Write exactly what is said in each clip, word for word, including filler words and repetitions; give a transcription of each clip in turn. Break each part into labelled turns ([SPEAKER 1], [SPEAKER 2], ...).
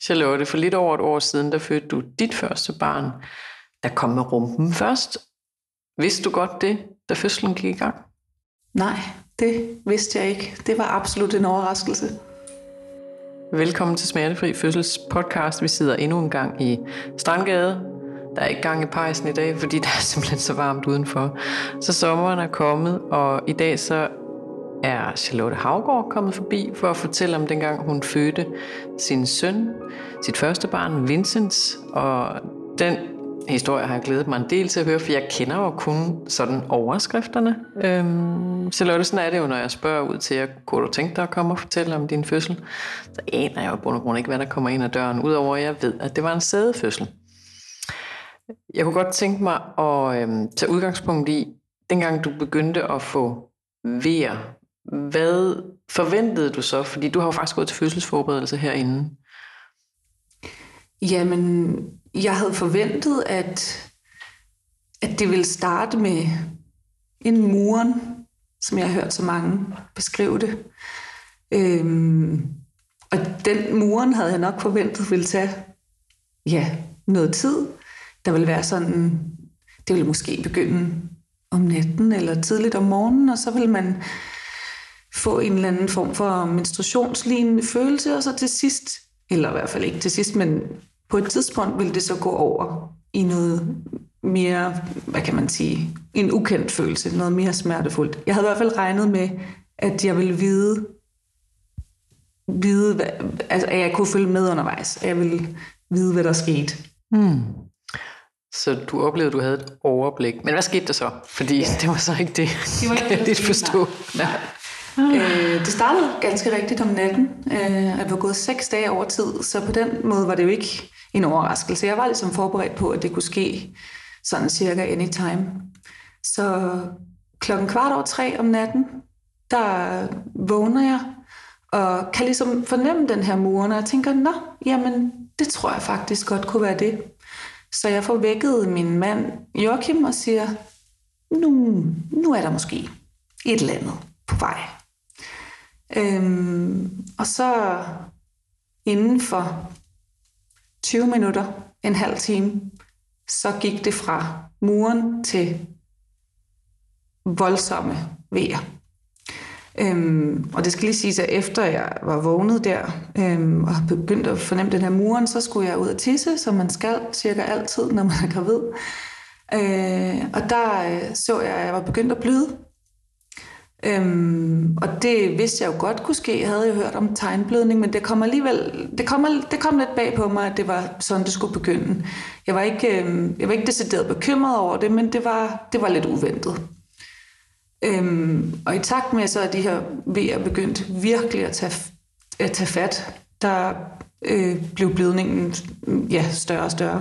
[SPEAKER 1] Charlotte, for lidt over et år siden, der fødte du dit første barn, der kom med rumpen først. Vidste du godt det, da fødslen gik i gang?
[SPEAKER 2] Nej, det vidste jeg ikke. Det var absolut en overraskelse.
[SPEAKER 1] Velkommen til Smertefri Fødsels podcast. Vi sidder endnu en gang i Strandgade. Der er ikke gang i pejsen i dag, fordi det er simpelthen så varmt udenfor. Så sommeren er kommet, og i dag så er Charlotte Haugaard kommet forbi for at fortælle om dengang hun fødte sin søn, sit første barn, Vincent. Og den historie har jeg glædet mig en del til at høre, for jeg kender jo kun sådan overskrifterne. Øhm, Charlotte, sådan er det jo, når jeg spørger ud til jer, kunne du tænke dig at komme og fortælle om din fødsel? Så aner jeg jo på grund ikke, hvad der kommer ind ad døren, udover at jeg ved, at det var en sædefødsel. Jeg kunne godt tænke mig at øhm, tage udgangspunkt i, dengang du begyndte at få vejer. Hvad forventede du så? Fordi du har jo faktisk gået til fødselsforberedelse herinde.
[SPEAKER 2] Jamen, jeg havde forventet, at, at det ville starte med en muren, som jeg har hørt så mange beskrive det. Øhm, og den muren havde jeg nok forventet ville tage ja, noget tid. Der ville være sådan, det ville måske begynde om natten eller tidligt om morgenen, og så ville man få en eller anden form for menstruationslignende følelse, og så til sidst, eller i hvert fald ikke til sidst, men på et tidspunkt ville det så gå over i noget mere, hvad kan man sige, en ukendt følelse, noget mere smertefuldt. Jeg havde i hvert fald regnet med, at jeg ville vide, vide hvad, altså, at jeg kunne følge med undervejs, at jeg ville vide, hvad der skete.
[SPEAKER 1] Hmm. Så du oplevede, at du havde et overblik. Men hvad skete der så? Fordi ja. det var så ikke det,
[SPEAKER 2] det var ikke
[SPEAKER 1] kan jeg lidt forstå.
[SPEAKER 2] Nej. Øh, det startede ganske rigtigt om natten. Øh, jeg var gået seks dage over tid, så på den måde var det jo ikke en overraskelse. Jeg var ligesom forberedt på, at det kunne ske sådan cirka anytime. Så klokken kvart over tre om natten, der vågner jeg og kan ligesom fornemme den her muren, og jeg tænker, nå, jamen, det tror jeg faktisk godt kunne være det. Så jeg får vækket min mand Joachim og siger, nu, nu er der måske et eller andet på vej. Øhm, og så inden for tyve minutter, en halv time, så gik det fra muren til voldsomme vejer. Øhm, og det skal lige siges, at efter jeg var vågnet der øhm, og begyndte at fornemme den her muren, så skulle jeg ud og tisse, som man skal cirka altid, når man er gravid. Øh, og der øh, så jeg, at jeg var begyndt at bløde. Øhm, og det vidste jeg jo godt kunne ske. Jeg havde jo hørt om tegnblødning, men det kom alligevel det kom, det kom lidt bag på mig, at det var sådan, det skulle begynde. Jeg var ikke, øhm, jeg var ikke decideret bekymret over det, men det var, det var lidt uventet. Øhm, og i takt med, så er de her vejer begyndt virkelig at tage, at tage fat, der øh, blev blødningen ja, større og større.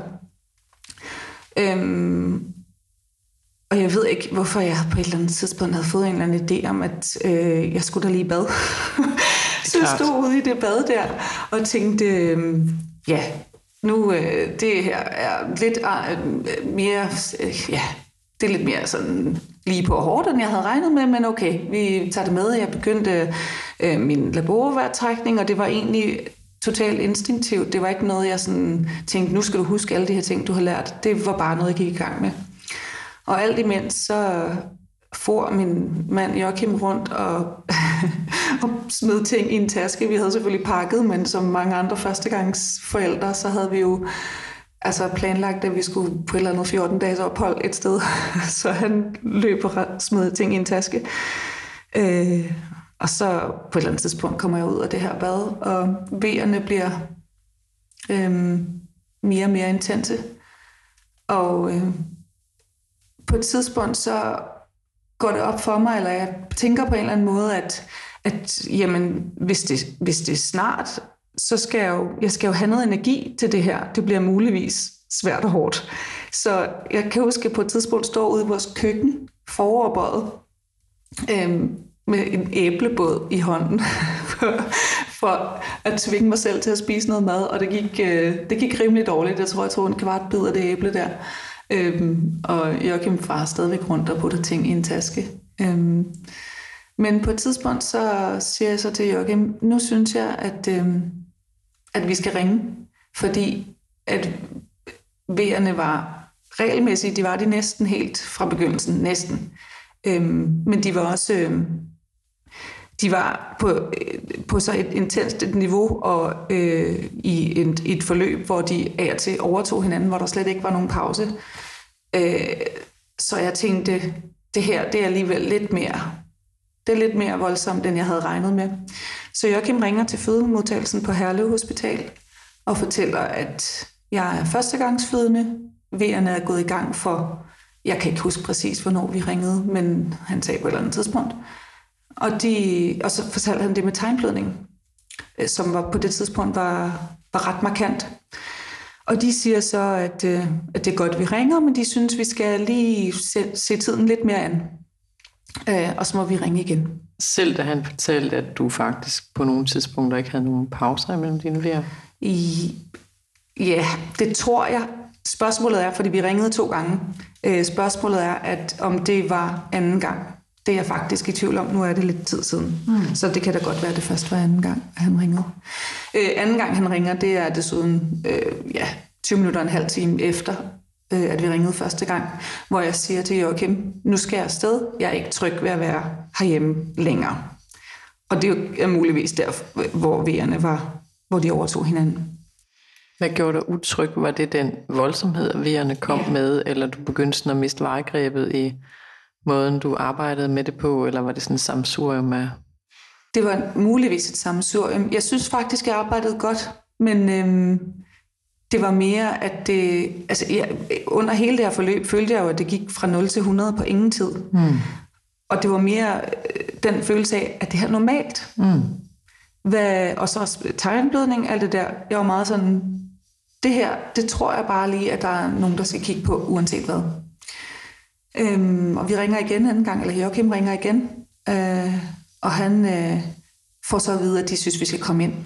[SPEAKER 2] Øhm, Og jeg ved ikke, hvorfor jeg på et eller andet tidspunkt havde fået en eller anden idé om, at øh, jeg skulle da lige i bad. Så jeg stod ude i det bad der og tænkte, øh, ja, nu øh, det her er lidt øh, mere, øh, ja, det er lidt mere sådan lige på hårdt, end jeg havde regnet med, men okay, vi tager det med. Jeg begyndte øh, min laboroværtrækning, og det var egentlig totalt instinktivt. Det var ikke noget, jeg sådan tænkte, nu skal du huske alle de her ting, du har lært. Det var bare noget, jeg gik i gang med. Og alt imens så for min mand Joachim rundt og, og smed ting i en taske. Vi havde selvfølgelig pakket, men som mange andre førstegangsforældre, så havde vi jo altså planlagt, at vi skulle på et eller andet fjorten dages ophold et sted. Så han løb og smed ting i en taske. Øh, og så på et eller andet tidspunkt kommer jeg ud af det her bad, og vejerne bliver øh, mere og mere intense. Og øh, på et tidspunkt så går det op for mig, eller jeg tænker på en eller anden måde, at, at jamen, hvis, det, hvis det er snart, så skal jeg, jo, jeg skal jo have noget energi til det her. Det bliver muligvis svært og hårdt. Så jeg kan huske, at på et tidspunkt står ude i vores køkken, foroverbøjet, øhm, med en æblebåd i hånden, for, for at tvinge mig selv til at spise noget mad, og det gik, øh, det gik rimelig dårligt. Jeg tror, jeg tog en kvart bid af det æble der. Øhm, og Joachim far stadigvæk rundt og putter ting i en taske. Øhm, men på et tidspunkt så siger jeg så til Joachim, nu synes jeg, at, øhm, at vi skal ringe. fordi at V'erne var regelmæssigt, de var det næsten helt fra begyndelsen, næsten. Øhm, men de var også, øhm, de var på, øh, på så et intenst et niveau, og øh, i et, et forløb, hvor de af og til overtog hinanden, hvor der slet ikke var nogen pause. Øh, så jeg tænkte, det her, det er alligevel lidt mere, det er lidt mere voldsomt, end jeg havde regnet med. Så Joachim ringer til fødemodtagelsen på Herlev Hospital, og fortæller, at jeg er førstegangsfødende. V'erne er gået i gang for, jeg kan ikke huske præcis, hvornår vi ringede, men han sagde på et eller andet tidspunkt. Og, de, og så fortalte han det med tegnblødning, som var, på det tidspunkt var, var ret markant. Og de siger så, at, at det er godt, vi ringer, men de synes, vi skal lige se, se tiden lidt mere an. Og så må vi ringe igen.
[SPEAKER 1] Selv da han fortalte, at du faktisk på nogle tidspunkter ikke havde nogen pauser imellem dine vejer?
[SPEAKER 2] I, ja, det tror jeg. Spørgsmålet er, fordi vi ringede to gange, øh, spørgsmålet er, at om det var anden gang. Det er jeg faktisk i tvivl om. Nu er det lidt tid siden. Mm. Så det kan da godt være, at det først var anden gang, at han ringede. Øh, anden gang, han ringer, det er desuden øh, ja, tyve minutter og en halv time efter, øh, at vi ringede første gang, hvor jeg siger til Joachim, nu skal jeg afsted. Jeg er ikke tryg ved at være herhjemme længere. Og det er muligvis der, hvor V'erne var, hvor de overtog hinanden.
[SPEAKER 1] Hvad gjorde dig utryg? Var det den voldsomhed, V'erne kom ja. med, eller du begyndte sådan at miste vejgrebet i måden, du arbejdede med det på, eller var det sådan et sammensurium af?
[SPEAKER 2] Det var muligvis et sammensurium. Jeg synes faktisk, jeg arbejdede godt, men øhm, det var mere, at det, altså, jeg, under hele det her forløb følte jeg jo, at det gik fra nul til hundrede på ingen tid. Mm. Og det var mere den følelse af, at det her er normalt. Mm. Hvad, og så tegnblødning, alt det der. Jeg var meget sådan, det her, det tror jeg bare lige, at der er nogen, der skal kigge på, uanset hvad. Øhm, og vi ringer igen anden gang, eller Joachim ringer igen, øh, og han øh, får så at vide, at de synes, vi skal komme ind.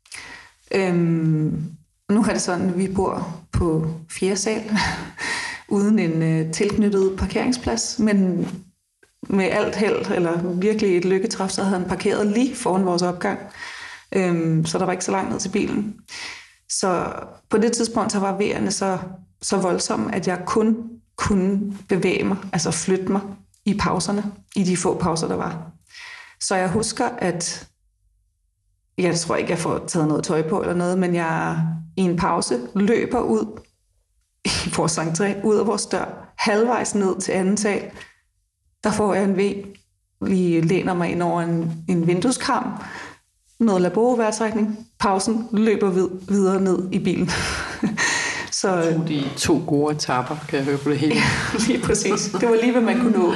[SPEAKER 2] Øhm, nu er det sådan, at vi bor på fjerde sal, uden en øh, tilknyttet parkeringsplads, men med alt held, eller virkelig et lykketræf, så havde han parkeret lige foran vores opgang. Øhm, så der var ikke så langt ned til bilen. Så på det tidspunkt, så var V'erne så, så voldsomme, at jeg kun kunne bevæge mig, altså flytte mig i pauserne, i de få pauser, der var. Så jeg husker, at jeg tror ikke, jeg får taget noget tøj på eller noget, men jeg i en pause løber ud i vores entré, ud af vores dør, halvvejs ned til anden sal. Der får jeg en V, lige læner mig ind over en, en vindueskram, noget laborovejrtrækning, pausen, løber vid, videre ned i bilen. Så
[SPEAKER 1] to, de to gode etapper, kan jeg høre på det hele.
[SPEAKER 2] Ja, lige præcis. Det var lige, hvad man kunne nå.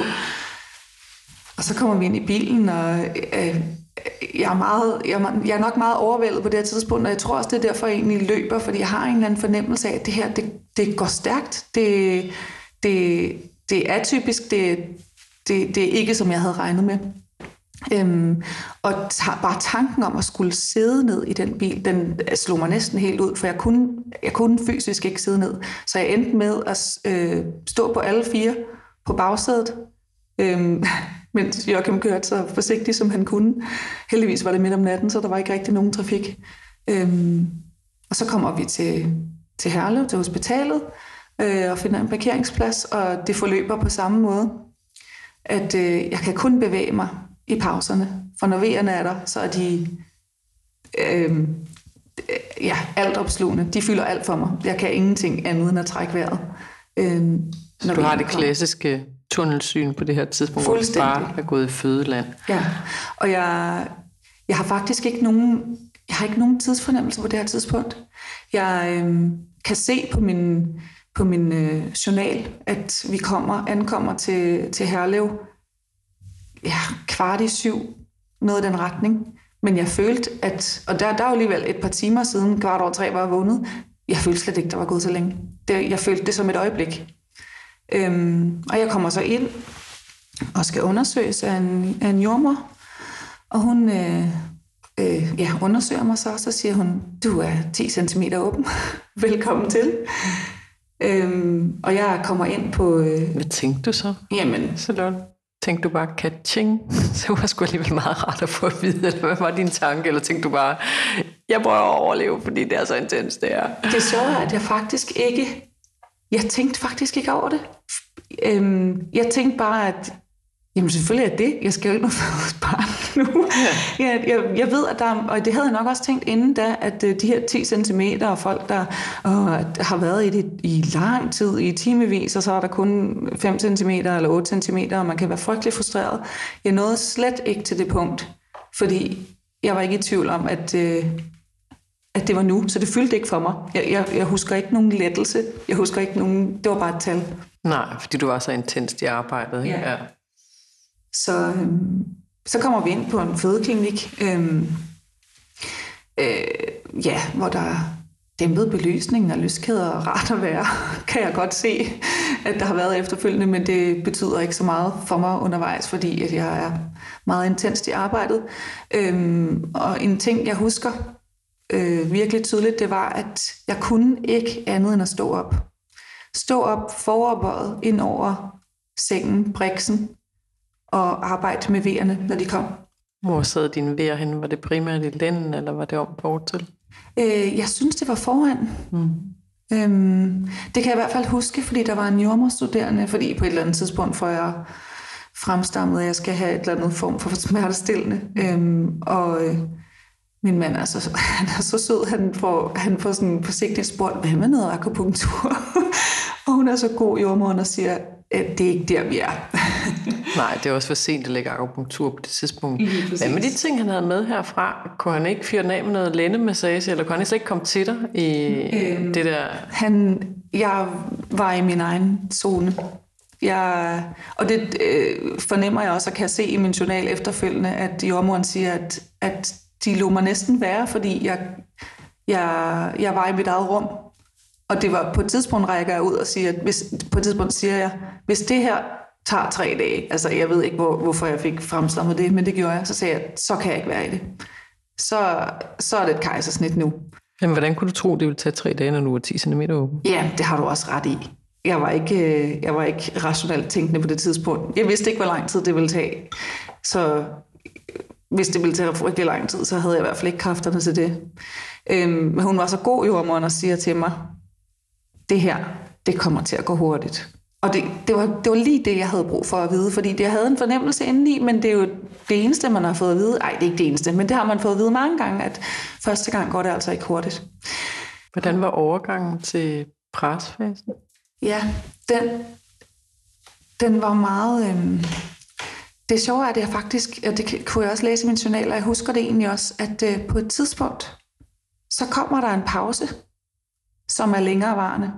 [SPEAKER 2] Og så kommer vi ind i bilen, og øh, jeg, er meget, jeg, er, jeg er nok meget overvældet på det her tidspunkt, og jeg tror også, det er derfor, jeg egentlig løber, fordi jeg har en eller anden fornemmelse af, at det her, det, det går stærkt. Det, det, det er atypisk, det, det, det er ikke, som jeg havde regnet med. Øhm, og ta- bare tanken om at skulle sidde ned i den bil, den slog mig næsten helt ud, for jeg kunne, jeg kunne fysisk ikke sidde ned. Så jeg endte med at øh, stå på alle fire på bagsædet, øhm, mens Joachim kørte så forsigtigt, som han kunne. Heldigvis var det midt om natten, så der var ikke rigtig nogen trafik. Øhm, og så kommer vi til, til Herlev, til hospitalet, øh, og finder en parkeringsplads, og det forløber på samme måde, at øh, jeg kan kun bevæge mig i pauserne. For når V'erne er der, så er de øh, ja, alt opslugende. De fylder alt for mig. Jeg kan ingenting andet end at trække vejret. Øh,
[SPEAKER 1] så du har det klassiske tunnelsyn på det her tidspunkt, hvor du bare er gået i fødeland.
[SPEAKER 2] Ja, og jeg, jeg har faktisk ikke nogen, jeg har ikke nogen tidsfornemmelse på det her tidspunkt. Jeg øh, kan se på min, på min øh, journal, at vi kommer, ankommer til, til Herlev ja, kvart i syv, noget i den retning. Men jeg følte, at, og der, der er jo alligevel et par timer siden, kvart over tre var jeg vågnet, jeg følte slet ikke, der var gået så længe. Det, jeg følte det som et øjeblik. Øhm, og jeg kommer så ind og skal undersøges af en, af en jordmor, og hun øh, øh, ja, undersøger mig så, og så siger hun, du er ti centimeter åben, velkommen til. Øhm, og jeg kommer ind på... Øh,
[SPEAKER 1] Hvad tænkte du så?
[SPEAKER 2] Jamen,
[SPEAKER 1] så tænkte du bare ka-ching? Så det var sgu alligevel meget rart at få at vide, eller hvad var din tanke? Eller tænkte du bare, jeg prøver at overleve, fordi det er så intens, det er?
[SPEAKER 2] Det sjove er, at jeg faktisk ikke, jeg tænkte faktisk ikke over det. Øhm, jeg tænkte bare, at jamen selvfølgelig er det, jeg skal jo ikke nå føde et barn nu. Ja. Jeg, jeg, jeg ved, at der, og det havde jeg nok også tænkt inden da, at de her ti centimeter, og folk, der og, har været i det i lang tid, i timevis, og så er der kun fem centimeter eller otte centimeter, og man kan være frygtelig frustreret. Jeg nåede slet ikke til det punkt, fordi jeg var ikke i tvivl om, at, at det var nu, så det fyldte ikke for mig. Jeg, jeg, jeg husker ikke nogen lettelse. Jeg husker ikke nogen, det var bare et tal.
[SPEAKER 1] Nej, fordi du var så intenst i arbejdet.
[SPEAKER 2] Ja. Ja. Så, øhm, så kommer vi ind på en fødeklinik, øhm, øh, ja, hvor der er dæmpet belysning og lyskæder og rart at være, kan jeg godt se, at der har været efterfølgende, men det betyder ikke så meget for mig undervejs, fordi at jeg er meget intenst i arbejdet. Øhm, og en ting, jeg husker øh, virkelig tydeligt, det var, at jeg kunne ikke andet end at stå op. Stå op foroverbøjet ind over sengen, briksen, og arbejde med V'erne, når de kom.
[SPEAKER 1] Hvor sad dine V'er henne? Var det primært i lænden, eller var det om bort til?
[SPEAKER 2] Øh, jeg synes, det var foran. Mm. Øhm, det kan jeg i hvert fald huske, fordi der var en jordemoderstuderende, fordi på et eller andet tidspunkt får jeg fremstammet, at jeg skal have et eller andet form for smertestillende. Øhm, og øh, min mand er så, han er så sød, han får, han får sådan forsigtigt spurgt, hvad med noget akupunktur? Og hun er så god jordemoderen og siger, at det er ikke der, vi er.
[SPEAKER 1] Nej, det er også for sent at lægge akupunktur på det tidspunkt. Hvad med de ting, han havde med herfra? Kunne han ikke fyre den af med noget lændemassage, eller kunne han slet ikke komme til dig i øhm, det der?
[SPEAKER 2] Han, jeg var i min egen zone. Jeg, og det øh, fornemmer jeg også, og kan se i min journal efterfølgende, at jordemoderen siger, at, at de lå mig næsten være, fordi jeg, jeg, jeg var i mit eget rum. Og det var på et tidspunkt, rækker jeg ud og siger, at hvis, på et tidspunkt siger jeg, hvis det her tager tre dage, altså jeg ved ikke, hvor, hvorfor jeg fik fremstammet det, men det gjorde jeg, så sagde jeg, så kan jeg ikke være i det. Så, så er det et kejsersnit nu.
[SPEAKER 1] Jamen, hvordan kunne du tro, det ville tage tre dage, når du var ti centimeter åben?
[SPEAKER 2] Ja, det har du også ret i. Jeg var ikke, jeg var ikke rationelt tænkende på det tidspunkt. Jeg vidste ikke, hvor lang tid det ville tage. Så hvis det ville tage rigtig lang tid, så havde jeg i hvert fald ikke kræfterne til det. Øhm, hun var så god, jordemoderen, og siger til mig, det her, det kommer til at gå hurtigt. Og det, det, var, det var lige det, jeg havde brug for at vide, fordi det, jeg havde en fornemmelse indeni, men det er jo det eneste, man har fået at vide. Ej, det er ikke det eneste, men det har man fået at vide mange gange, at første gang går det altså ikke hurtigt.
[SPEAKER 1] Hvordan var overgangen til presfasen?
[SPEAKER 2] Ja, den, den var meget... Øhm, det sjove er, at jeg faktisk, og det kunne jeg også læse i min journal, og jeg husker det egentlig også, at øh, på et tidspunkt, så kommer der en pause, som er længerevarende.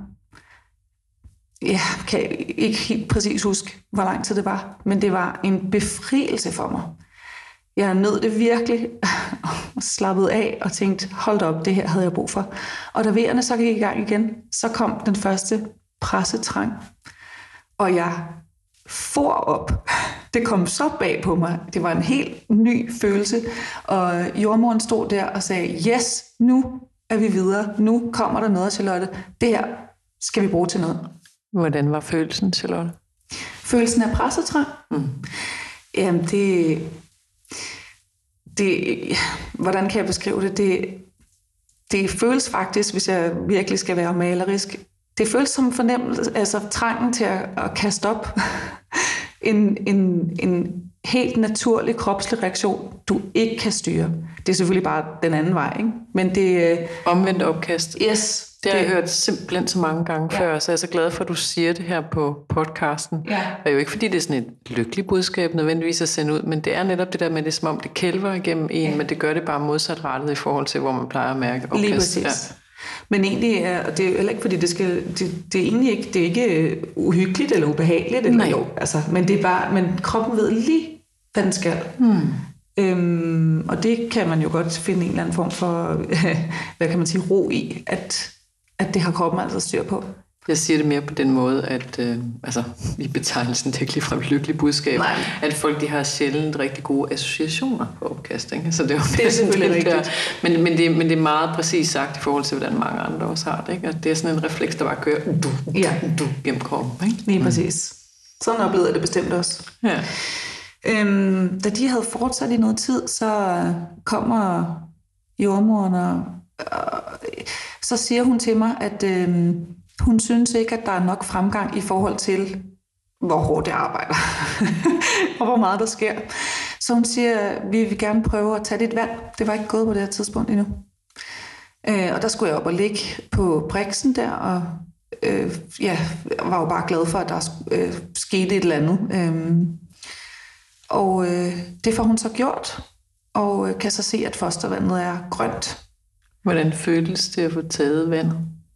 [SPEAKER 2] Jeg kan ikke helt præcis huske, hvor lang tid det var, men det var en befrielse for mig. Jeg nød det virkelig, og slappede af og tænkte, hold op, det her havde jeg brug for. Og da V'erne så gik i gang igen, så kom den første pressetrang, og jeg for op. Det kom så bag på mig. Det var en helt ny følelse, og jordemoderen stod der og sagde, yes, nu er vi videre. Nu kommer der noget, Charlotte. Det her skal vi bruge til noget.
[SPEAKER 1] Hvordan var følelsen, Charlotte?
[SPEAKER 2] Følelsen af pressetrang? Mm. Jamen, det, det... Hvordan kan jeg beskrive det? Det, det føles faktisk, hvis jeg virkelig skal være malerisk, det føles som fornemmelse, altså trangen til at, at kaste op. en, en, en helt naturlig kropslig reaktion, du ikke kan styre. Det er selvfølgelig bare den anden vej, ikke? Men det...
[SPEAKER 1] Omvendt opkast.
[SPEAKER 2] Yes.
[SPEAKER 1] Det har jeg hørt simpelthen så mange gange ja. før, så jeg er så glad for, at du siger det her på podcasten. Ja. Det er jo ikke, fordi det er sådan et lykkeligt budskab nødvendigvis at sende ud, men det er netop det der med, det som om det kælver igennem en, ja. men det gør det bare modsatrettet i forhold til, hvor man plejer at mærke opkast.
[SPEAKER 2] Lige præcis. Ja. Men egentlig er, og det er heller ikke, fordi det skal, det, det er egentlig ikke, det er ikke uhyggeligt eller ubehageligt, eller jo, altså, men det er bare, men kroppen ved lige, hvad den skal. Hmm. Øhm, og det kan man jo godt finde en eller anden form for, hvad kan man sige, ro i, at, at det har kroppen altså styr på.
[SPEAKER 1] Jeg siger det mere på den måde, at øh, altså, i betegnelsen, det er ikke ligefrem et lykkeligt budskab, Nej. at folk de har sjældent rigtig gode associationer på opkast. Ikke? Så det er jo
[SPEAKER 2] det er selvfølgelig rigtigt. Der.
[SPEAKER 1] Men, men, det, men det er meget præcis sagt i forhold til, hvordan mange andre også har det. Ikke? At det er sådan en refleks, der bare kører du,
[SPEAKER 2] ja.
[SPEAKER 1] du, gennem kroppen. Ikke?
[SPEAKER 2] Lige præcis. Sådan oplevede jeg det bestemt også.
[SPEAKER 1] Ja.
[SPEAKER 2] Øhm, da de havde fortsat i noget tid, så kommer jordmoren, og, og så siger hun til mig, at øhm, hun synes ikke, at der er nok fremgang i forhold til, hvor hårdt jeg arbejder, og hvor meget der sker. Så hun siger, vi vil gerne prøve at tage lidt vand. Det var ikke gået på det her tidspunkt endnu. Øh, og der skulle jeg op og ligge på briksen der, og øh, ja, var jo bare glad for, at der øh, skete et eller andet. Øh, og øh, det får hun så gjort, og øh, kan så se, at fostervandet er grønt.
[SPEAKER 1] Hvordan føles det at få taget vandet?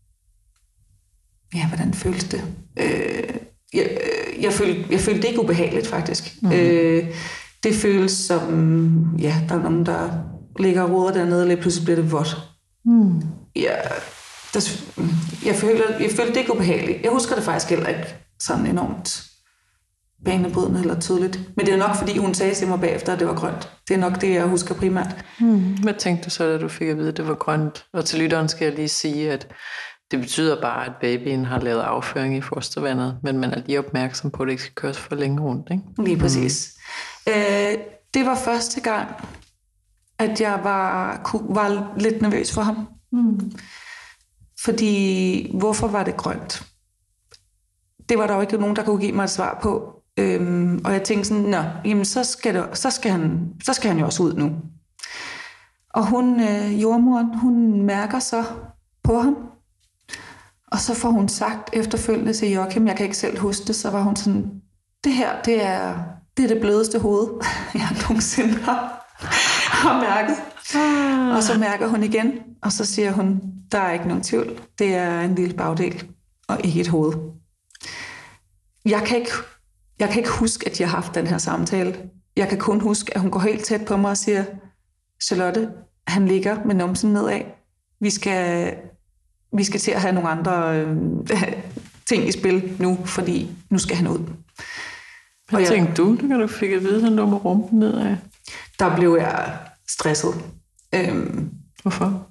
[SPEAKER 2] Ja, hvordan føles det? Øh, jeg, jeg, følte, jeg følte det ikke ubehageligt, faktisk. Mm. Øh, det føles som, ja, der er nogen, der ligger og roder dernede, og lige pludselig bliver det vådt. Mm. Ja, der, jeg, følte, jeg følte det ikke ubehageligt. Jeg husker det faktisk heller ikke sådan enormt banebrydende eller tydeligt. Men det er nok, fordi hun sagde til mig bagefter, at det var grønt. Det er nok det, jeg husker primært.
[SPEAKER 1] Mm. Hvad tænkte du så, da du fik at vide, at det var grønt? Og til lytteren skal jeg lige sige, at det betyder bare, at babyen har lavet afføring i fostervandet, men man er lige opmærksom på, at det ikke skal køres for længe rundt, ikke?
[SPEAKER 2] Lige præcis. Mm. Øh, det var første gang, at jeg var, var lidt nervøs for ham. Mm. Fordi, hvorfor var det grønt? Det var der jo ikke nogen, der kunne give mig et svar på. Øhm, og jeg tænkte sådan, nå, jamen så skal, det, så, skal han, så skal han jo også ud nu. Og hun, øh, jordmoren, hun mærker så på ham. Og så får hun sagt efterfølgende til Joachim, jeg kan ikke selv huske det, så var hun sådan, det her, det er det, er det blødeste hoved, jeg nogensinde har, har mærket. Og så mærker hun igen, og så siger hun, der er ikke nogen tvivl, det er en lille bagdel, og ikke et hoved. Jeg kan ikke, jeg kan ikke huske, at jeg har haft den her samtale. Jeg kan kun huske, at hun går helt tæt på mig og siger, Charlotte, han ligger med numsen nedad. Vi skal, vi skal til at have nogle andre øh, ting i spil nu, fordi nu skal han ud.
[SPEAKER 1] Hvad jeg, tænkte du, da du fik at vide, at han lå med rumpen nedad?
[SPEAKER 2] Der blev jeg stresset. Øhm,
[SPEAKER 1] Hvorfor?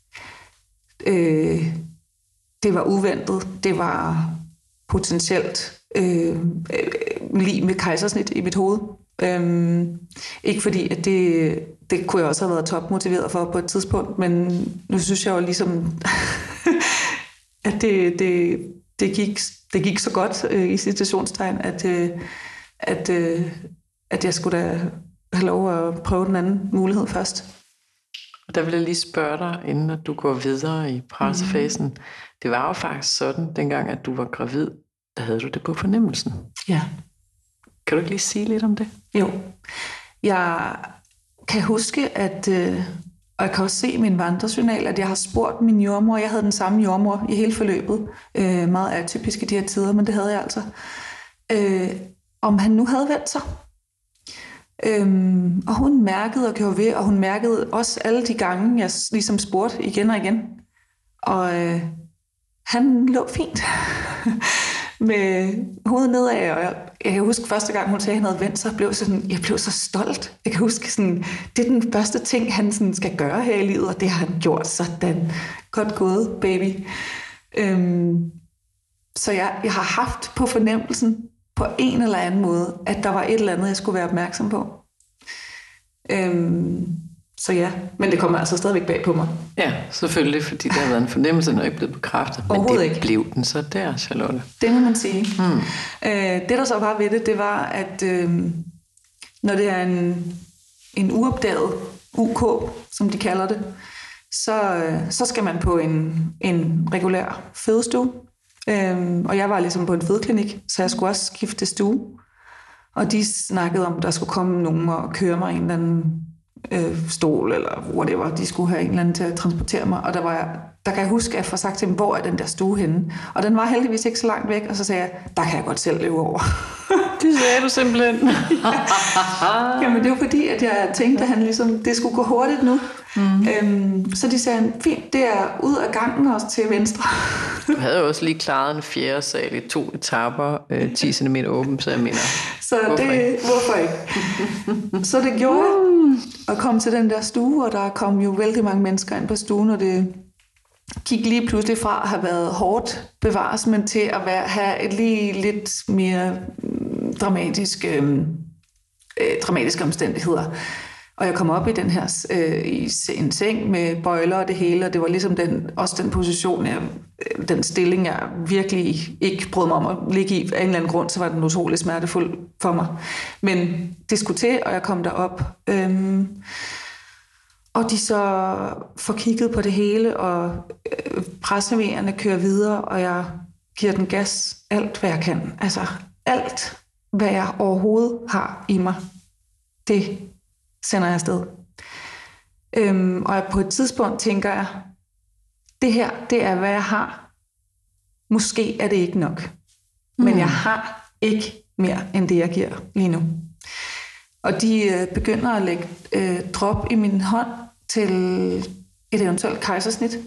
[SPEAKER 2] Øh, det var uventet. Det var potentielt øh, lige med kejsersnit i mit hoved. Øhm, ikke fordi, at det, det kunne jeg også have været topmotiveret for på et tidspunkt, men nu synes jeg jo ligesom, at det, det, det, gik, det gik så godt øh, i situationstegn, at, øh, at, øh, at jeg skulle da have lov at prøve den anden mulighed først.
[SPEAKER 1] Og der vil jeg lige spørge dig, inden at du går videre i pressefasen. Mm. Det var jo faktisk sådan, dengang at du var gravid, der havde du det på fornemmelsen.
[SPEAKER 2] Ja.
[SPEAKER 1] Kan du ikke lige sige lidt om det?
[SPEAKER 2] Jo. Jeg kan huske, at, øh, og jeg kan også se i min vandrejournal, at jeg har spurgt min jordmor, jeg havde den samme jordmor i hele forløbet, øh, meget atypisk i de her tider, men det havde jeg altså, øh, om han nu havde vendt sig. Øhm, og hun mærkede og gjorde ved, og hun mærkede også alle de gange, jeg ligesom spurgte igen og igen. Og øh, han lå fint med hovedet nedad, og jeg, jeg kan huske første gang, hun sagde, at han havde vendt sig, blev sådan, jeg blev så stolt. Jeg kan huske, sådan, det er den første ting, han sådan skal gøre her i livet, og det har han gjort sådan. Godt gået, baby. Øhm, så jeg, jeg har haft på fornemmelsen, på en eller anden måde, at der var et eller andet, jeg skulle være opmærksom på. Øhm, så ja, men det kommer altså stadigvæk bag på mig.
[SPEAKER 1] Ja, selvfølgelig, fordi der har været en fornemmelse, når ikke blevet bekræftet. Men det ikke. Blev den så der, Charlotte?
[SPEAKER 2] Det må man sige. Hmm. Øh, det, der så var ved det, det var, at øh, når det er en, en uopdaget U K, som de kalder det, så, øh, så skal man på en, en regulær fødestue. Øhm, og jeg var ligesom på en fødeklinik, så jeg skulle også skifte stue. Og de snakkede om, at der skulle komme nogen og køre mig i en eller anden øh, stol, eller whatever. De skulle have en eller anden til at transportere mig. Og der, var jeg, der kan jeg huske, at jeg får sagt til dem, hvor er den der stue henne? Og den var heldigvis ikke så langt væk, og så sagde jeg, der kan jeg godt selv løbe over.
[SPEAKER 1] Det sagde du simpelthen.
[SPEAKER 2] Ja. Jamen det var fordi, at jeg tænkte, at han ligesom, det skulle gå hurtigt nu. Mm. Øhm, så de sagde, fint, det er ud af gangen også til venstre.
[SPEAKER 1] Du havde jo også lige klaret en fjerde sal i to etaper, øh, ti centimeter åben, så jeg mener,
[SPEAKER 2] så hvorfor det, ikke? Hvorfor ikke? Så det gjorde at komme til den der stue, og der kom jo vældig mange mennesker ind på stuen, og det gik lige pludselig fra at have været hårdt bevares, men til at være, have et lige lidt mere dramatiske, øh, dramatiske omstændigheder. Og jeg kom op i den her øh, i en seng med bøjler og det hele, og det var ligesom den, også den position, jeg, den stilling, jeg virkelig ikke brød mig om at ligge i. Af en eller anden grund, så var den utrolig smertefuld for mig. Men det skulle til, og jeg kom derop. Øhm, og de så får kigget på det hele, og øh, presseveerne kører videre, og jeg giver den gas alt, hvad jeg kan. Altså alt, hvad jeg overhovedet har i mig, det sender jeg afsted. Øhm, og på et tidspunkt tænker jeg, det her, det er, hvad jeg har. Måske er det ikke nok. Mm. Men jeg har ikke mere, end det, jeg giver lige nu. Og de øh, begynder at lægge øh, drop i min hånd til et eventuelt kejsersnit.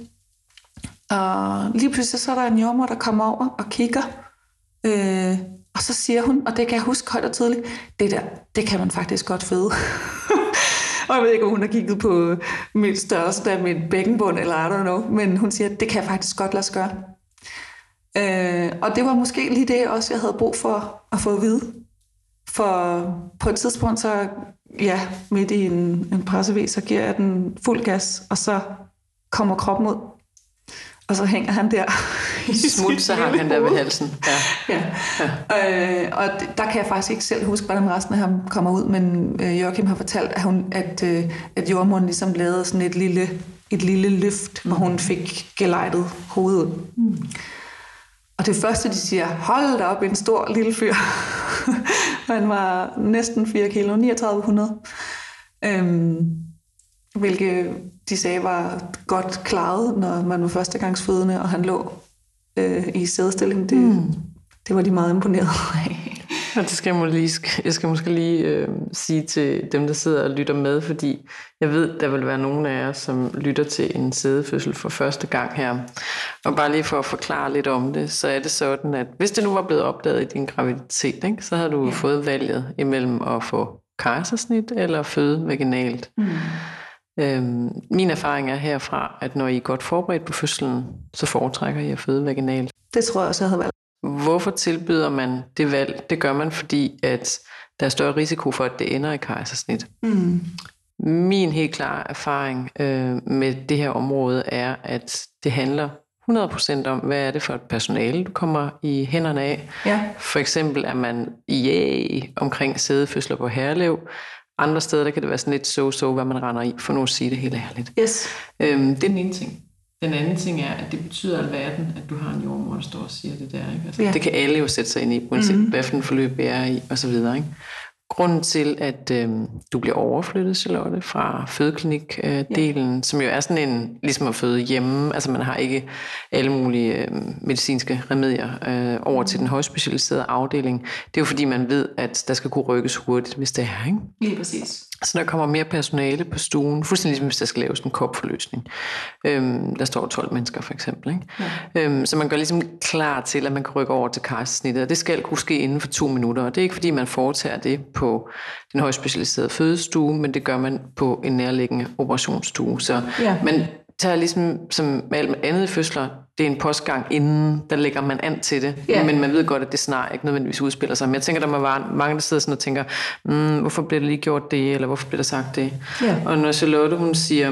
[SPEAKER 2] Og lige pludselig så er der en jordemoder, der kommer over og kigger. Øh, og så siger hun, og det kan jeg huske højt og tydeligt, det der, det kan man faktisk godt føde. Og jeg ved ikke, om hun har kigget på mit størrelse af mit bækkenbund, eller I don't know, men hun siger, det kan jeg faktisk godt lade sig gøre. Øh, og det var måske lige det også, jeg havde brug for at få at vide. For på et tidspunkt, så ja, midt i en, en pressevis, så giver jeg den fuld gas, og så kommer kroppen ud. Og så hænger han der.
[SPEAKER 1] Smut, så har han der ved halsen.
[SPEAKER 2] Ja. ja. ja. Øh, og der kan jeg faktisk ikke selv huske, hvordan resten af ham kommer ud, men øh, Joachim har fortalt, at, hun, at, øh, at jordmoren ligesom lavede sådan et lille, et lille løft, mm. hvor hun fik gelejtet hovedet ud. Mm. Og det første, de siger, hold da op, en stor lille fyr. Han var næsten fire kilo, niogtredive hundrede. Øhm, hvilket de sagde var godt klaret, når man var førstegangsfødende, og han lå øh, i sædestilling. Det, mm. det var de meget imponeret af.
[SPEAKER 1] Og det skal jeg, lige, jeg skal måske lige øh, sige til dem, der sidder og lytter med, fordi jeg ved, der vil være nogen af jer, som lytter til en sædefødsel for første gang her. Og bare lige for at forklare lidt om det, så er det sådan, at hvis det nu var blevet opdaget i din graviditet, ikke, så havde du ja. fået valget imellem at få kejsersnit eller føde vaginalt. Mm. Øhm, min erfaring er herfra, at når I er godt forberedt på fødslen, så foretrækker I at føde vaginalt.
[SPEAKER 2] Det tror jeg også, jeg havde valgt.
[SPEAKER 1] Hvorfor tilbyder man det valg? Det gør man, fordi at der er større risiko for, at det ender i kejsersnit. Mm. Min helt klare erfaring øh, med det her område er, at det handler hundrede procent om, hvad er det for et personale, du kommer i hænderne af. Ja. For eksempel er man yeah, omkring sædefødsler på Herlev. Andre steder, der kan det være sådan lidt so-so, hvad man render i, for nu at sige det helt ærligt. Yes. Øhm, det er den ene ting. Den anden ting er, at det betyder alverden, at du har en jordmor, der står og siger det der. Ikke? Altså, ja. Det kan alle jo sætte sig ind i, uanset mm-hmm. hvad for en forløb vi er i, og så videre. Ikke? Grunden til, at øhm, du bliver overflyttet, Charlotte, fra fødeklinik-delen, ja. som jo er sådan en, ligesom at føde hjemme, altså man har ikke alle mulige øh, medicinske remedier øh, over mm. til den højspecialiserede afdeling. Det er jo fordi, man ved, at der skal kunne rykkes hurtigt, hvis det er, ikke?
[SPEAKER 2] Lige præcis.
[SPEAKER 1] Så der kommer mere personale på stuen, fuldstændig ligesom hvis der skal laves en kopforløsning. Øhm, der står tolv mennesker for eksempel. Ikke? Ja. Øhm, så man gør ligesom klar til, at man kan rykke over til kejsersnittet, og det skal kunne ske inden for to minutter. Og det er ikke fordi, man foretager det på den højspecialiserede fødestue, men det gør man på en nærliggende operationsstue. Så ja. man tager ligesom, som med alt andet i fødsler, det er en postgang inden, der lægger man an til det. Yeah. Men man ved godt, at det snart ikke nødvendigvis udspiller sig. Men jeg tænker, der må være mange, der sidder sådan og tænker, mm, hvorfor bliver der lige gjort det, eller hvorfor bliver der sagt det? Yeah. Og når Charlotte, hun siger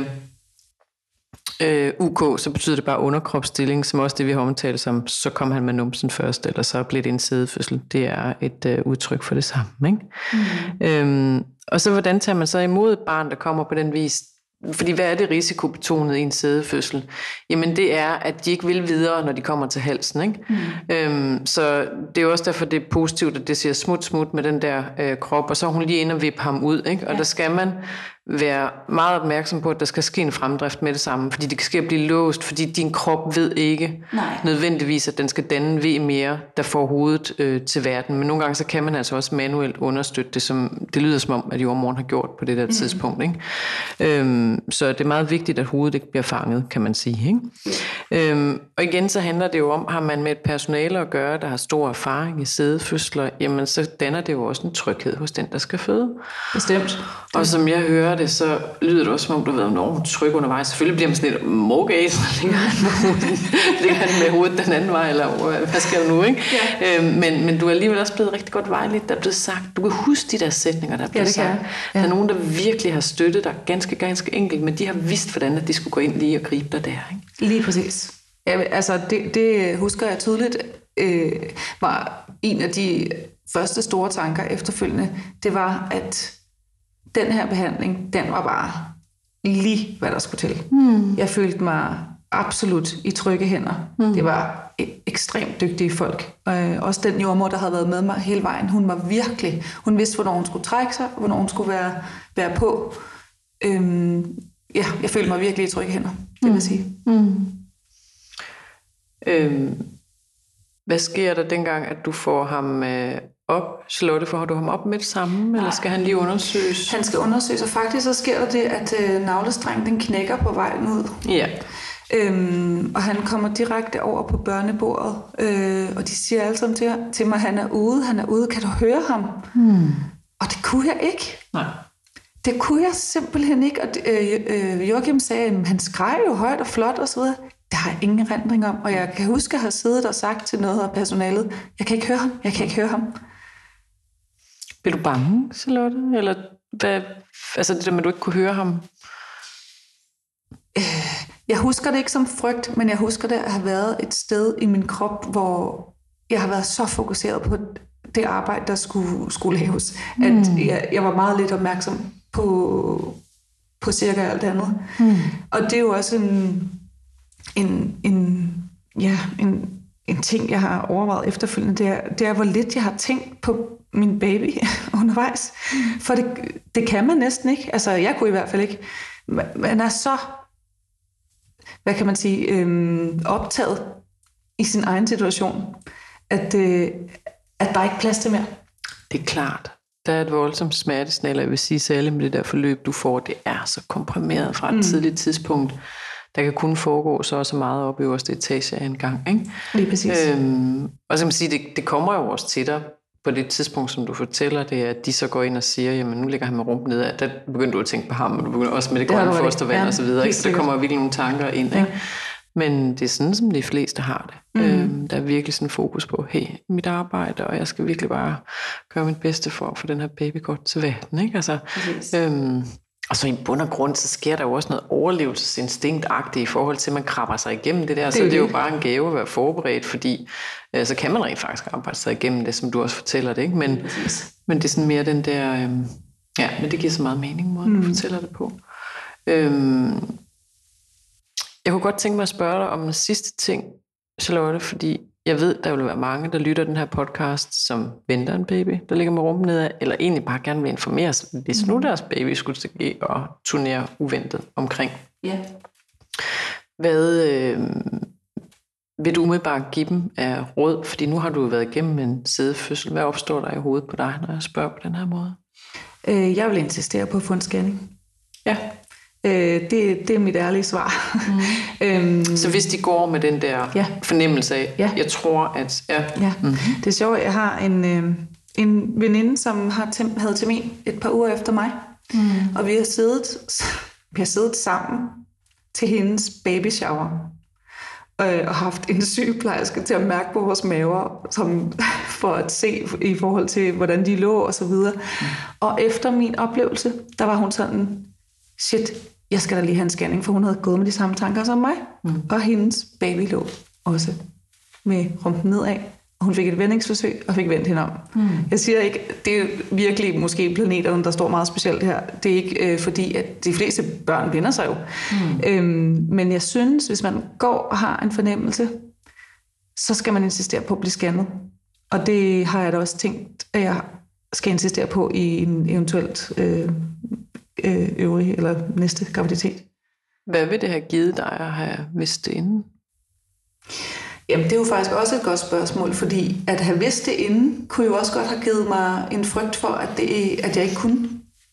[SPEAKER 1] øh, U K, så betyder det bare underkropsstilling, som også det, vi har omtalt som, så kom han med numsen først, eller så bliver det en sædefødsel. Det er et øh, udtryk for det samme. Ikke? Mm. Øhm, og så hvordan tager man så imod et barn, der kommer på den vis? Fordi hvad er det risikobetonet i en sædefødsel? Jamen det er, at de ikke vil videre, når de kommer til halsen. Ikke? Mm. Øhm, så det er jo også derfor, det er positivt, at det siger smut smut med den der øh, krop, og så er hun lige inde og vippe ham ud. Ikke? Og ja. Der skal man være meget opmærksom på, at der skal ske en fremdrift med det samme, fordi det kan ske at blive låst, fordi din krop ved ikke Nej. nødvendigvis, at den skal danne V mere, der får hovedet øh, til verden. Men nogle gange så kan man altså også manuelt understøtte det, som det lyder som om, at jordmoren har gjort på det der mm. tidspunkt. Ikke? Øhm, så det er meget vigtigt, at hovedet ikke bliver fanget, kan man sige. Ikke? Mm. Øhm, og igen så handler det jo om, har man med et personale at gøre, der har stor erfaring i sædefødsler, jamen så danner det jo også en tryghed hos den, der skal føde.
[SPEAKER 2] Bestemt.
[SPEAKER 1] Og som jeg hører det, så lyder det også, som om du har været enormt tryg undervejs. Selvfølgelig bliver man sådan lidt morgage, så ligger han med hovedet den anden vej, eller hvad skal du nu, ikke? Ja. Øhm, men, men du er alligevel også blevet rigtig godt vejledt, der er blevet sagt. Du kan huske de der sætninger, der er blevet ja, sagt. Ja. Der er nogen, der virkelig har støttet dig ganske, ganske enkelt, men de har vidst, hvordan at de skulle gå ind lige og gribe dig der, ikke?
[SPEAKER 2] Lige præcis. Ja, altså, det, det husker jeg tydeligt, øh, var en af de første store tanker efterfølgende, det var, at den her behandling, den var bare lige, hvad der skulle til. Mm. Jeg følte mig absolut i trygge hænder. Mm. Det var ekstremt dygtige folk. Øh, også den jordmor, der havde været med mig hele vejen, hun var virkelig, hun vidste, hvornår hun skulle trække sig, hvornår hun skulle være, være på. Øhm, ja, jeg følte mig virkelig i trygge hænder, det vil jeg sige.
[SPEAKER 1] Mm. Øhm, hvad sker der dengang, at du får ham øh, op? Charlotte, får du ham op med det samme, Nej. Eller skal han lige undersøges?
[SPEAKER 2] Han skal undersøges, og faktisk så sker der det, at øh, navlestrengen den knækker på vejen ud.
[SPEAKER 1] Ja.
[SPEAKER 2] Øhm, og han kommer direkte over på børnebordet, øh, og de siger alle sammen til, til mig, at han er ude, han er ude, kan du høre ham? Hmm. Og det kunne jeg ikke.
[SPEAKER 1] Nej.
[SPEAKER 2] Det kunne jeg simpelthen ikke, og øh, øh, Joachim sagde, at han skreg jo højt og flot og så videre. Der har jeg ingen erindring om, og jeg kan huske at have siddet og sagt til noget af personalet, jeg kan ikke høre ham, jeg kan ikke høre ham.
[SPEAKER 1] Blev du bange, Charlotte? Eller hvad, altså det der med, at du ikke kunne høre ham?
[SPEAKER 2] Jeg husker det ikke som frygt, men jeg husker det at have været et sted i min krop, hvor jeg har været så fokuseret på det arbejde, der skulle, skulle laves, mm. at jeg, jeg var meget lidt opmærksom på, på cirka alt andet. Mm. Og det er jo også en, en, en, ja, en, en ting, jeg har overvejet efterfølgende, det er, det er, hvor lidt jeg har tænkt på min baby undervejs. Mm. For det, det kan man næsten ikke. Altså, jeg kunne i hvert fald ikke. Man er så, hvad kan man sige, øhm, optaget i sin egen situation, at, øh, at der er ikke plads til mere.
[SPEAKER 1] Det er klart. Der er et voldsomt smertesnæl, og jeg vil sige, særligt med det der forløb, du får, det er så komprimeret fra et mm. tidligt tidspunkt. Der kan kun foregå så også meget op i øverste etage af en gang. Ikke?
[SPEAKER 2] Lige præcis. Øhm,
[SPEAKER 1] og så kan man sige, det, det kommer jo også til dig på det tidspunkt, som du fortæller det, at de så går ind og siger, jamen nu ligger han med rumpen nedad. Der begynder du at tænke på ham, og du begynder også med det grønne fostervand ja, og så videre. Ikke? Så der kommer virkelig nogle tanker ind. Ikke? Ja. Men det er sådan, som de fleste har det. Mm. Øhm, der er virkelig sådan fokus på, hey, mit arbejde, og jeg skal virkelig bare gøre mit bedste for at få den her baby godt til verden. Ikke? Altså, øhm, og så i bund og grund, så sker der jo også noget overlevelsesinstinktagtigt i forhold til, at man krabber sig igennem det der. Det så det er jo bare en gave at være forberedt, fordi øh, så kan man rent faktisk arbejde sig igennem det, som du også fortæller det. Ikke? Men, men det er sådan mere den der, øh, ja, men det giver så meget mening, måden mm. du fortæller det på. Øhm, Jeg kunne godt tænke mig at spørge dig om den sidste ting, Charlotte, fordi jeg ved, der vil være mange, der lytter den her podcast, som venter en baby, der ligger med rumpen nedad, eller egentlig bare gerne vil informeres, hvis nu deres baby skulle ske og turnere uventet omkring.
[SPEAKER 2] Ja.
[SPEAKER 1] Hvad øh, vil du umiddelbart give dem af råd? Fordi nu har du været igennem en sædefødsel. Hvad opstår der i hovedet på dig, når jeg spørger på den her måde?
[SPEAKER 2] Øh, jeg vil insistere på at få en scanning.
[SPEAKER 1] Ja.
[SPEAKER 2] Det, det er mit ærlige svar. Mm. øhm,
[SPEAKER 1] så hvis de går med den der ja. fornemmelse af,
[SPEAKER 2] ja.
[SPEAKER 1] jeg tror, at... Ja.
[SPEAKER 2] ja. Mm-hmm. Det er sjovt, jeg har en, øh, en veninde, som har tem- havde termin et par uger efter mig. Mm. Og vi har, siddet, vi har siddet sammen til hendes baby shower. Øh, og haft en sygeplejerske til at mærke på vores maver, som, for at se i forhold til, hvordan de lå og så videre. Mm. Og efter min oplevelse, der var hun sådan... shit, jeg skal da lige have en scanning, for hun havde gået med de samme tanker som mig. Mm. Og hendes baby lå også med rumpen nedad. Og hun fik et vendingsforsøg, og fik vendt hende om. Mm. Jeg siger ikke, det er virkelig måske planeterne, der står meget specielt her. Det er ikke øh, fordi, at de fleste børn vender sig jo. Mm. Øhm, men jeg synes, hvis man går og har en fornemmelse, så skal man insistere på at blive scannet. Og det har jeg da også tænkt, at jeg skal insistere på i en eventuelt... Øh, øvrige eller næste graviditet.
[SPEAKER 1] Hvad vil det have givet dig at have vidst det inden?
[SPEAKER 2] Jamen, det er jo faktisk også et godt spørgsmål, fordi at have vidst det inden, kunne jo også godt have givet mig en frygt for, at, det, at jeg ikke kunne.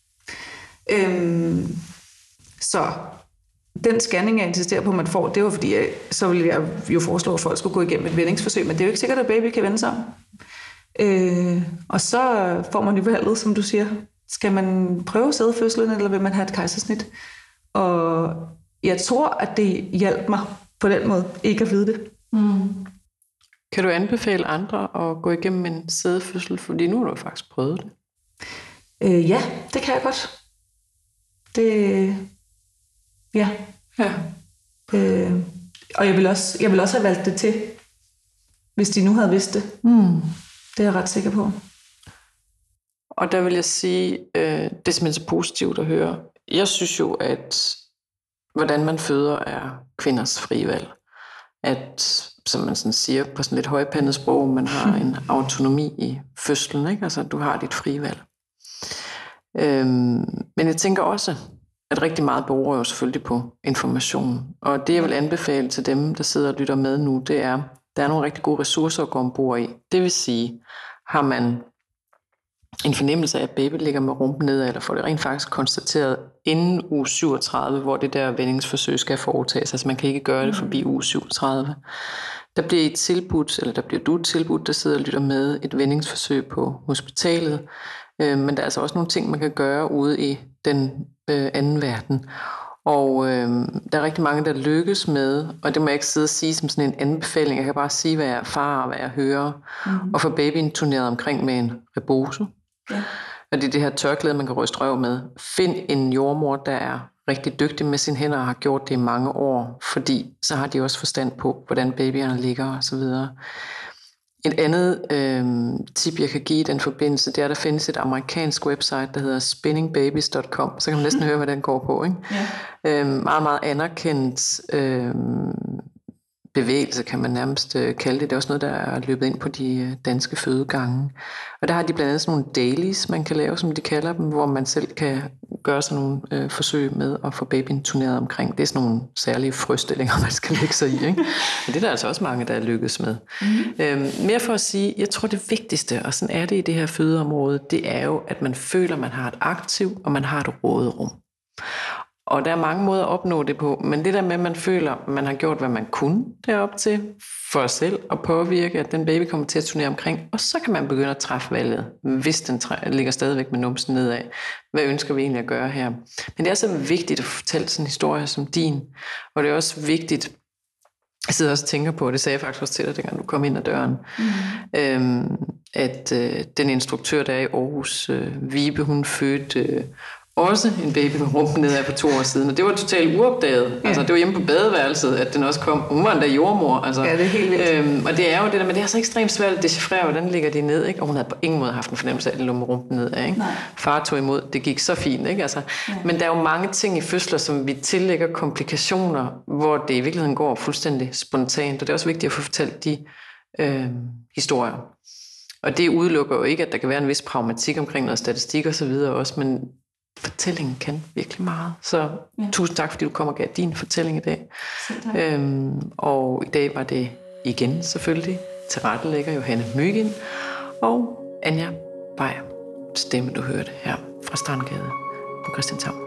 [SPEAKER 2] Øhm, så den scanning, jeg insisterer på, at man får, det var fordi, jeg, så ville jeg jo foreslå, at folk skulle gå igennem et vendingsforsøg, men det er jo ikke sikkert, at baby kan vende sig om. Øh, og så får man jo valget, som du siger, skal man prøve sædfødslen, eller vil man have et kejsersnit? Og jeg tror, at det hjalp mig på den måde, ikke at vide det.
[SPEAKER 1] Mm. Kan du anbefale andre at gå igennem en sædfødsel? Fordi nu har du faktisk prøvet det.
[SPEAKER 2] Øh, ja, det kan jeg godt. Det... Ja.
[SPEAKER 1] Ja.
[SPEAKER 2] Øh, og jeg vil, også, jeg vil også have valgt det til, hvis de nu havde vidst det.
[SPEAKER 1] Mm.
[SPEAKER 2] Det er jeg ret sikker på.
[SPEAKER 1] Og der vil jeg sige, øh, det er simpelthen så positivt at høre. Jeg synes jo, at hvordan man føder er kvinders frie valg. At, som man sådan siger på sådan lidt højpandet sprog, man har en autonomi i fødslen, ikke? Altså, du har dit frie valg. Øhm, men jeg tænker også, at rigtig meget beror jo selvfølgelig på information. Og det, jeg vil anbefale til dem, der sidder og lytter med nu, det er, der er nogle rigtig gode ressourcer at gå ombord i. Det vil sige, har man en fornemmelse af, at baby ligger med rumpen nedad, eller får det rent faktisk konstateret inden uge syvogtredive, hvor det der vendingsforsøg skal foretages. Altså man kan ikke gøre det forbi uge syvogtredive. Der bliver et tilbudt, eller der bliver du et tilbudt, der sidder og lytter med, et vendingsforsøg på hospitalet. Øh, men der er altså også nogle ting, man kan gøre ude i den øh, anden verden. Og øh, der er rigtig mange, der lykkes med, og det må jeg ikke sidde og sige som sådan en anbefaling, jeg kan bare sige, hvad jeg erfarer og hvad jeg hører, mm. og få babyen turneret omkring med en rebose. Ja. Og det er det her tørklæde, man kan ryste røv med. Find en jordmor, der er rigtig dygtig med sine hænder og har gjort det i mange år, fordi så har de også forstand på, hvordan babyerne ligger og så videre. Et andet øh, tip, jeg kan give i den forbindelse, det er, at der findes et amerikansk website, der hedder spinning babies dot com. Så kan man næsten høre, hvad den går på. Ikke? Ja. Øh, meget, meget anerkendt øh, bevægelse, kan man nærmest øh, kalde det. Det er også noget, der er løbet ind på de øh, danske fødegange. Og der har de blandt andet sådan nogle dailies, man kan lave, som de kalder dem, hvor man selv kan gøre sådan nogle øh, forsøg med at få babyen turneret omkring. Det er sådan nogle særlige frøstillinger, man skal lægge sig i. Ikke? Men det er der altså også mange, der er lykkes med. Mm-hmm. Øhm, mere for at sige, jeg tror det vigtigste, og sådan er det i det her fødeområde, det er jo, at man føler, at man har et aktiv, og man har et råderum. Og der er mange måder at opnå det på, men det der med, at man føler, at man har gjort, hvad man kunne derop til, for sig selv, og påvirke, at den baby kommer til at turnere omkring, og så kan man begynde at træffe valget, hvis den træ- ligger stadigvæk med numsen nedad. Hvad ønsker vi egentlig at gøre her? Men det er så vigtigt at fortælle sådan en historie som din, og det er også vigtigt, jeg sidder også og tænker på, det sagde jeg faktisk også til dig, dengang du kom ind ad døren, mm. øhm, at øh, den instruktør, der er i Aarhus, øh, Vibe, hun fødte øh, også en baby med rumpen nedad for to år siden, og det var totalt uopdaget. Ja. Altså, det var hjemme på badeværelset, at den også kom. Hun var endda jordmor. Altså.
[SPEAKER 2] Ja, det er helt vildt. Øhm,
[SPEAKER 1] og det er jo det der, men det er så ekstremt svært at decifrere, hvordan ligger de ned, ikke? Og hun havde på ingen måde haft en fornemmelse af, at den lå med rumpen nedad, ikke? Far tog imod, det gik så fint, ikke? Altså, ja. Men der er jo mange ting i fødsler, som vi tillægger komplikationer, hvor det i virkeligheden går fuldstændig spontant, og det er også vigtigt at få fortalt de øh, historier. Og det udelukker jo ikke, at der kan være en vis pragmatik omkring noget statistik og så videre også, men fortællingen kan virkelig meget. Så ja. Tusind tak, fordi du kom og gav din fortælling i dag. Øhm, og i dag var det igen selvfølgelig tilrettelægger Johanne Myggen og Anja Beyer, stemme du hørte her fra Strandgade på Christianshavn.